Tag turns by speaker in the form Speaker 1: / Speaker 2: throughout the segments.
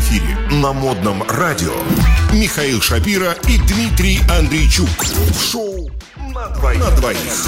Speaker 1: эфире на модном радио Михаил Шапира и Дмитрий Андрейчук. Шоу на двоих.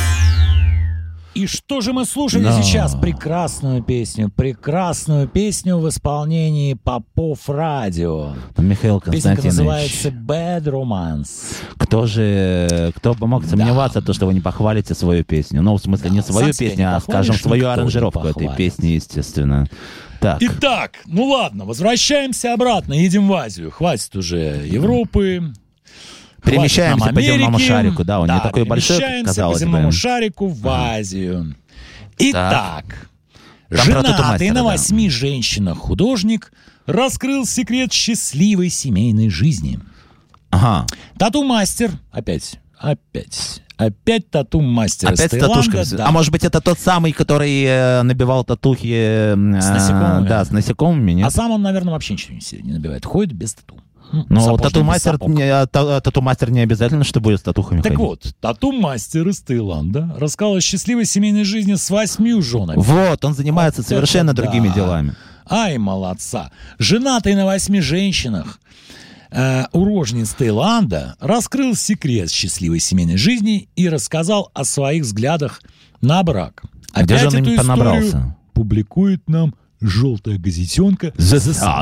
Speaker 2: И что же мы слушали сейчас? Прекрасную песню в исполнении Попов Радио.
Speaker 3: Михаил Константинович.
Speaker 2: Песенка называется Bad Romance.
Speaker 3: Кто бы мог сомневаться, то, что вы не похвалите свою песню? Ну, в смысле, не свою песню, а, скажем, свою аранжировку этой песни, естественно. Так.
Speaker 2: Итак, ну ладно, возвращаемся обратно, едем в Азию. Хватит уже Европы.
Speaker 3: Перемещаемся по земному шарику, да, он не такой большой,
Speaker 2: как
Speaker 3: казалось бы.
Speaker 2: Перемещаемся по земному шарику в Азию. Итак,
Speaker 3: Там
Speaker 2: женатый на 8 женщинах художник раскрыл секрет счастливой семейной жизни.
Speaker 3: Ага.
Speaker 2: Тату-мастер, опять тату-мастер
Speaker 3: Опять
Speaker 2: из
Speaker 3: с татушками.
Speaker 2: Таиланда. Да.
Speaker 3: А может быть, это тот самый, который набивал татухи
Speaker 2: с насекомыми?
Speaker 3: Да, с насекомыми, нет?
Speaker 2: А сам он, наверное, вообще ничего не набивает. Ходит без тату.
Speaker 3: Но тату-мастер не обязательно, что будет с татухами
Speaker 2: так
Speaker 3: ходить.
Speaker 2: Вот, тату-мастер из Таиланда рассказал о счастливой семейной жизни с 8 женами.
Speaker 3: Вот, он занимается совершенно другими делами.
Speaker 2: Ай, молодца. Женатый на 8 женщинах уроженец Таиланда раскрыл секрет счастливой семейной жизни и рассказал о своих взглядах на брак.
Speaker 3: Где же он
Speaker 2: эту
Speaker 3: им понабрался?
Speaker 2: Публикует нам желтая газетенка
Speaker 3: The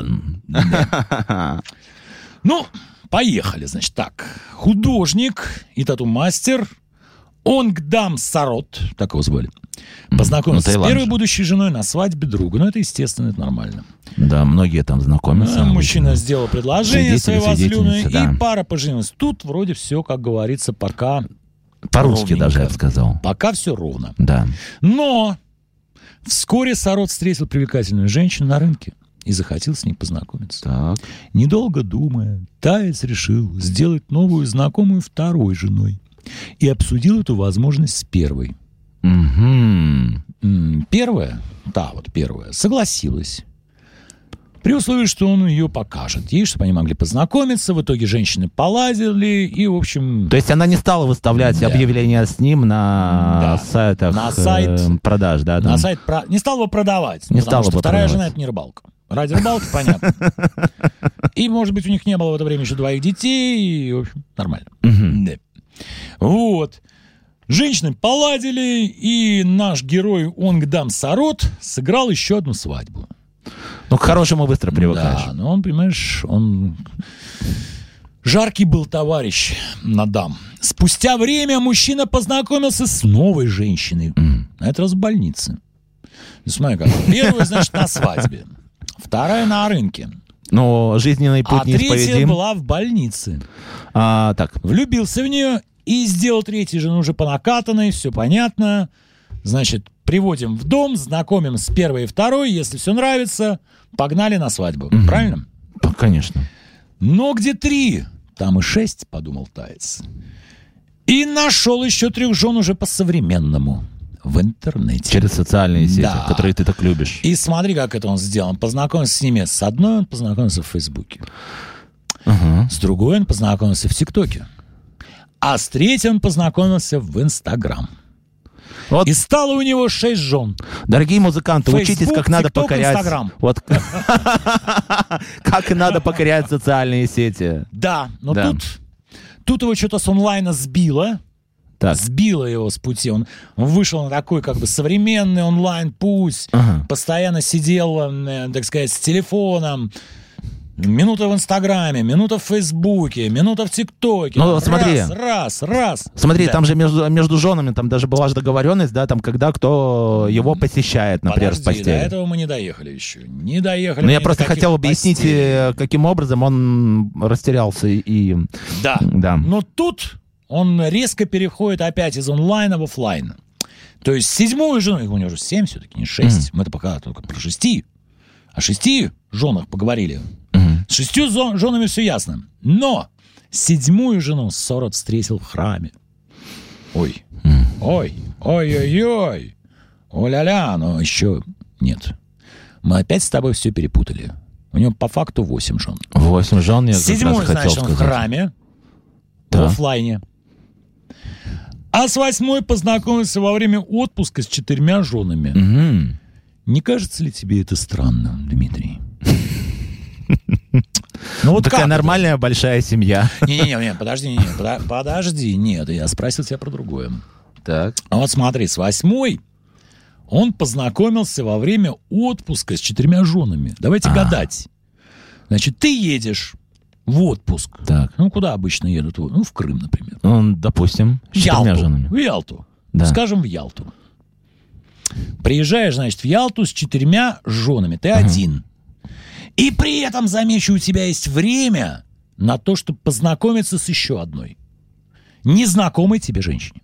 Speaker 3: Sun.
Speaker 2: Ну, поехали, значит, так. Художник и тату-мастер Онгдам Сарот, так его звали, познакомился с первой будущей женой на свадьбе друга. Ну, это естественно, это нормально.
Speaker 3: Да, многие там знакомятся.
Speaker 2: Мужчина сделал предложение своей возлюбленной,
Speaker 3: да.
Speaker 2: и пара поженилась. Тут вроде все, как говорится, пока
Speaker 3: по-русски
Speaker 2: ровненько.
Speaker 3: даже, я бы сказал.
Speaker 2: Пока все ровно.
Speaker 3: Да.
Speaker 2: Но вскоре Сарот встретил привлекательную женщину на рынке и захотел с ней познакомиться.
Speaker 3: Так.
Speaker 2: Недолго думая, Таец решил сделать новую знакомую второй женой и обсудил эту возможность с первой.
Speaker 3: Угу.
Speaker 2: Первая согласилась. При условии, что он ее покажет ей, чтобы они могли познакомиться. В итоге женщины поладили и, в общем...
Speaker 3: То есть она не стала выставлять объявления с ним на сайтах продаж, да?
Speaker 2: На сайт не стала его продавать. Потому что вторая жена — это не рыбалка. Ради рыбалки, понятно. И, может быть, у них не было в это время еще 2 детей. И, в общем, нормально. Да. Вот. Женщины поладили, и наш герой Онгдам Сарот сыграл еще одну свадьбу.
Speaker 3: Ну, к хорошему быстро привыкаешь.
Speaker 2: Да, но он, понимаешь, он... Жаркий был товарищ Надам. Спустя время мужчина познакомился с новой женщиной. На этот раз в больнице. Смотри, как. Первая, значит, на свадьбе. Вторая на рынке.
Speaker 3: Но жизненный путь неисповедим.
Speaker 2: А третья была в больнице.
Speaker 3: Так.
Speaker 2: Влюбился в нее и сделал третью жену уже по накатанной, все понятно. Значит, приводим в дом, знакомим с первой и второй. Если все нравится, погнали на свадьбу. Угу. Правильно?
Speaker 3: Конечно.
Speaker 2: Но где 3, там и 6, подумал Таец. И нашел еще 3 жен уже по-современному. В интернете.
Speaker 3: Через социальные сети, которые ты так любишь.
Speaker 2: И смотри, как это он сделал. Он познакомился с ними. С одной он познакомился в Фейсбуке. С другой он познакомился в ТикТоке. А с третьей он познакомился в Инстаграм. Вот. И стало у него 6 жен.
Speaker 3: Дорогие музыканты,
Speaker 2: Facebook,
Speaker 3: учитесь, как надо
Speaker 2: TikTok,
Speaker 3: покорять.
Speaker 2: Instagram.
Speaker 3: Вот. Как надо покорять социальные сети.
Speaker 2: Да, но тут его что-то с онлайна сбило. Сбило его с пути. Он вышел на такой как бы современный онлайн-путь. Постоянно сидел, так сказать, с телефоном. Минута в Инстаграме, минута в Фейсбуке, минута в ТикТоке.
Speaker 3: Ну, смотри.
Speaker 2: Раз.
Speaker 3: Смотри, там же между женами там даже была же договоренность, да, там, когда кто его посещает, например, в постели.
Speaker 2: До этого мы не доехали еще. Не доехали.
Speaker 3: Но я просто хотел объяснить, каким образом он растерялся и...
Speaker 2: Да. Но тут он резко переходит опять из онлайна в офлайн. То есть 7-ю жену, у него уже 7 все-таки, не 6. Мы-то пока только про 6. О 6 женах поговорили. С 6 женами все ясно. Но 7-ю жену Сарот встретил в храме. Ой-ой-ой. О-ля-ля, но еще нет. Мы опять с тобой все перепутали. У него по факту 8 жен.
Speaker 3: 8 жен, я как раз хотел сказать. 7-й,
Speaker 2: значит, он в храме, в офлайне. А с 8-й познакомился во время отпуска с 4 женами. Не кажется ли тебе это странным, Дмитрий? Ну вот
Speaker 3: такая
Speaker 2: как
Speaker 3: нормальная большая семья.
Speaker 2: Не, подожди, нет, я спросил тебя про другое.
Speaker 3: Так.
Speaker 2: А вот смотри, с 8-й он познакомился во время отпуска с 4 женами. Давайте гадать. Значит, ты едешь в отпуск.
Speaker 3: Так.
Speaker 2: Ну, куда обычно едут? Ну, в Крым, например.
Speaker 3: Допустим, с 4 женами.
Speaker 2: В Ялту.
Speaker 3: Да.
Speaker 2: Скажем, в Ялту. Приезжаешь, значит, в Ялту с 4 женами. Ты один. И при этом, замечу, у тебя есть время на то, чтобы познакомиться с еще одной незнакомой тебе женщине.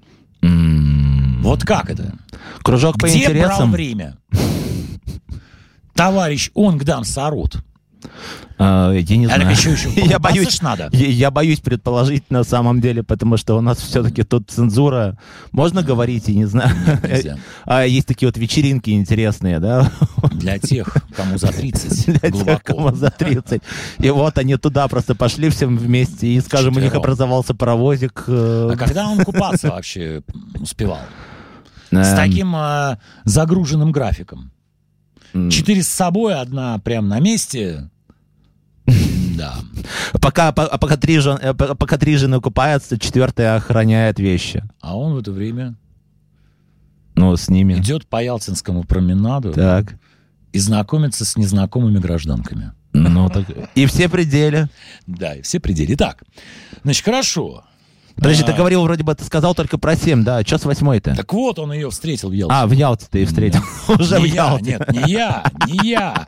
Speaker 2: Вот как это?
Speaker 3: Кружок по
Speaker 2: Где
Speaker 3: интересам.
Speaker 2: брал время товарищ Онгдам Сарут?
Speaker 3: Я не знаю. Я боюсь предположить на самом деле, потому что у нас все-таки тут цензура. Можно говорить, я не знаю. Есть такие вот вечеринки интересные, да?
Speaker 2: Для тех, кому за 30.
Speaker 3: Для тех, кому за 30. И вот они туда просто пошли всем вместе, и, скажем, у них образовался паровозик.
Speaker 2: А когда он купаться вообще успевал? С таким загруженным графиком. 4 с собой, 1 прям на месте. Да.
Speaker 3: Пока 3 жены купаются, 4-я охраняет вещи.
Speaker 2: А он в это время
Speaker 3: с ними
Speaker 2: идет по Ялтинскому променаду.
Speaker 3: Так.
Speaker 2: И знакомится с незнакомыми гражданками.
Speaker 3: Так. И все пределы.
Speaker 2: Да, и все пределы. Итак, значит, хорошо.
Speaker 3: Подожди, ты говорил, вроде бы, ты сказал только про 7, да? Что с 8-й-то?
Speaker 2: Так вот, он ее встретил в Ялте.
Speaker 3: В Ялте ты и встретил. Уже в Ялте.
Speaker 2: Нет, не я.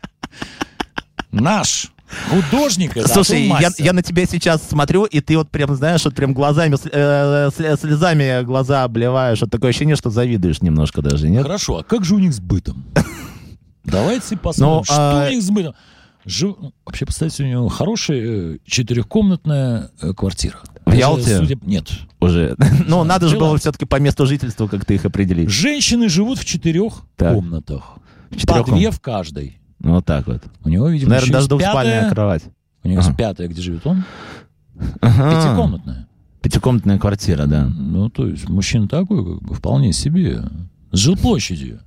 Speaker 2: Наш художник, это
Speaker 3: Слушай, я на тебя сейчас смотрю, и ты вот прям, знаешь, вот прям глазами, слезами глаза обливаешь. Вот такое ощущение, что завидуешь немножко даже, нет?
Speaker 2: Хорошо, а как же у них с бытом? Давайте посмотрим, что у них с бытом. Вообще, представьте, у него хорошая 4-комнатная квартира.
Speaker 3: В Ялте?
Speaker 2: Нет.
Speaker 3: Уже. Надо же было все-таки по месту жительства как-то их определить.
Speaker 2: Женщины живут в 4 комнатах. По 2 в каждой.
Speaker 3: Вот так вот.
Speaker 2: У него, видимо,
Speaker 3: наверное, даже двухспальная кровать.
Speaker 2: У него есть 5-я, где живет он. 5-комнатная.
Speaker 3: 5-комнатная квартира, да.
Speaker 2: То есть мужчина такой, как бы, вполне себе. С жилплощадью.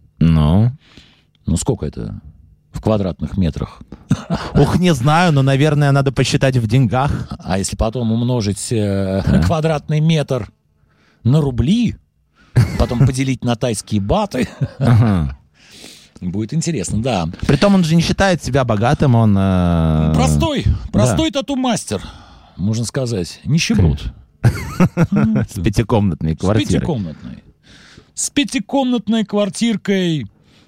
Speaker 2: Сколько это в квадратных метрах?
Speaker 3: Не знаю, но, наверное, надо посчитать в деньгах.
Speaker 2: А если потом умножить квадратный метр на рубли, потом поделить на тайские баты... Будет интересно, да.
Speaker 3: Притом он же не считает себя богатым, он...
Speaker 2: Простой тату-мастер, можно сказать. Нищеброд.
Speaker 3: С 5-комнатной квартирой.
Speaker 2: С 5-комнатной квартиркой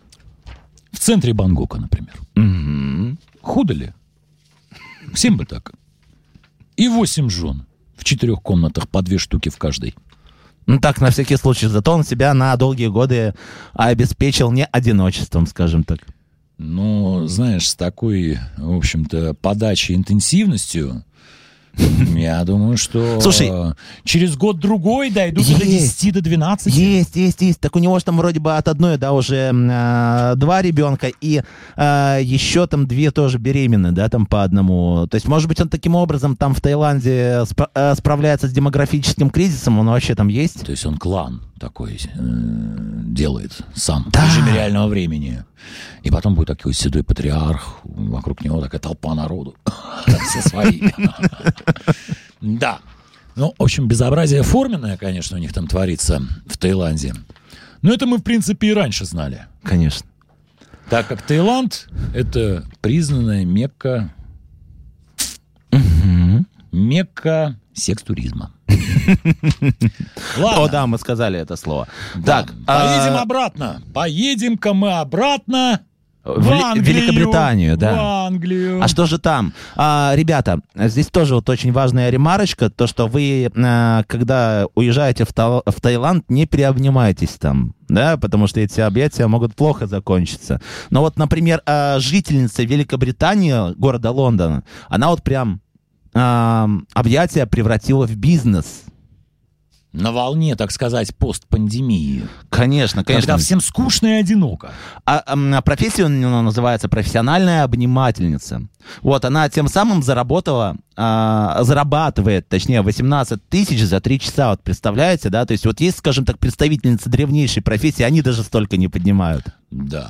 Speaker 2: в центре Бангкока, например. Худо ли? Всем бы так. И 8 жен в 4 комнатах, по 2 штуки в каждой.
Speaker 3: Так, на всякий случай. Зато он себя на долгие годы обеспечил не одиночеством, скажем так.
Speaker 2: Знаешь, с такой, в общем-то, подачей, интенсивностью, я думаю, что через год-другой дойдут до 10, до 12.
Speaker 3: Есть. Так у него же там вроде бы от одной, уже 2 ребенка, и еще там 2 тоже беременны, да, там по одному. То есть, может быть, он таким образом там в Таиланде справляется с демографическим кризисом, он вообще там есть?
Speaker 2: То есть он клан такой делает сам в режиме реального времени. И потом будет такой седой патриарх, вокруг него такая толпа народу. Все свои. Да. В общем, безобразие форменное, конечно, у них там творится в Таиланде. Но это мы, в принципе, и раньше знали.
Speaker 3: Конечно.
Speaker 2: Так как Таиланд — это признанная Мекка секс-туризма.
Speaker 3: Ладно. Да, мы сказали это слово.
Speaker 2: Да. Так, поедем обратно. Поедем-ка мы обратно в Англию,
Speaker 3: Великобританию, да.
Speaker 2: В Англию.
Speaker 3: А что же там? Ребята, здесь тоже вот очень важная ремарочка, то, что вы, когда уезжаете в Таиланд, не переобнимайтесь там, да, потому что эти объятия могут плохо закончиться. Но вот, например, жительница Великобритании, города Лондона, она вот прям объятия превратила в бизнес.
Speaker 2: На волне, так сказать, постпандемии.
Speaker 3: Конечно.
Speaker 2: Когда всем скучно и одиноко.
Speaker 3: Профессия у нее называется профессиональная обнимательница. Вот, она тем самым зарабатывает, точнее, 18 тысяч за 3 часа. Вот, представляете, да? То есть вот есть, скажем так, представительницы древнейшей профессии, они даже столько не поднимают.
Speaker 2: Да.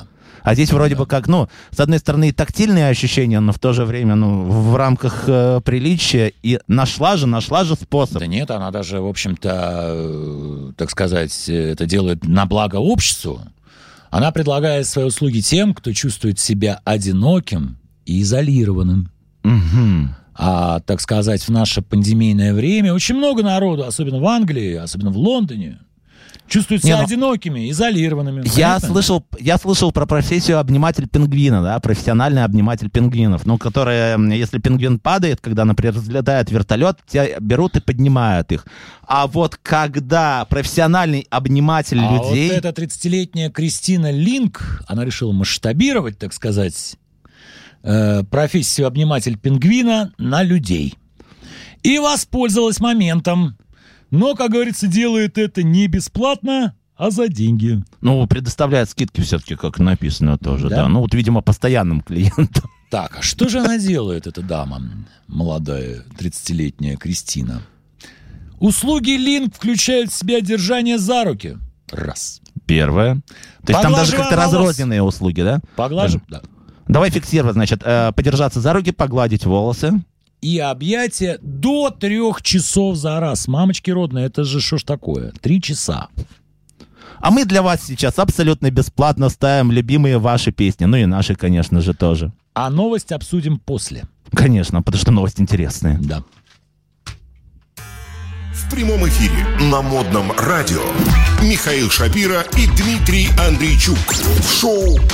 Speaker 3: А здесь вроде бы как, с одной стороны, тактильные ощущения, но в то же время, в рамках приличия. И нашла же способ.
Speaker 2: Да нет, она даже, в общем-то, так сказать, это делает на благо обществу. Она предлагает свои услуги тем, кто чувствует себя одиноким и изолированным.
Speaker 3: Угу.
Speaker 2: А, так сказать, в наше пандемийное время очень много народу, особенно в Англии, особенно в Лондоне, чувствуют себя одинокими, изолированными.
Speaker 3: Я слышал про профессию обниматель пингвина, да, профессиональный обниматель пингвинов, которые, если пингвин падает, когда, например, взлетает вертолет, тебя берут и поднимают их. А вот когда профессиональный обниматель людей...
Speaker 2: вот эта 30-летняя Кристина Линк, она решила масштабировать, так сказать, профессию обниматель пингвина на людей. И воспользовалась моментом. Но, как говорится, делает это не бесплатно, а за деньги.
Speaker 3: Предоставляет скидки все-таки, как написано тоже,
Speaker 2: да.
Speaker 3: Видимо, постоянным клиентам.
Speaker 2: Так, а что же она делает, эта дама, молодая 30-летняя Кристина? Услуги Линк включают в себя держание за руки. Раз.
Speaker 3: Первое. То есть там даже как-то разрозненные услуги, да?
Speaker 2: Да.
Speaker 3: Давай фиксировать, значит, подержаться за руки, погладить волосы.
Speaker 2: И объятия до 3 часов за раз. Мамочки родные, это же что ж такое? 3 часа.
Speaker 3: А мы для вас сейчас абсолютно бесплатно ставим любимые ваши песни. И наши, конечно же, тоже.
Speaker 2: А новость обсудим после.
Speaker 3: Конечно, потому что новость интересная.
Speaker 2: Да.
Speaker 1: В прямом эфире на Модном радио Михаил Шапира и Дмитрий Андрейчук. В шоу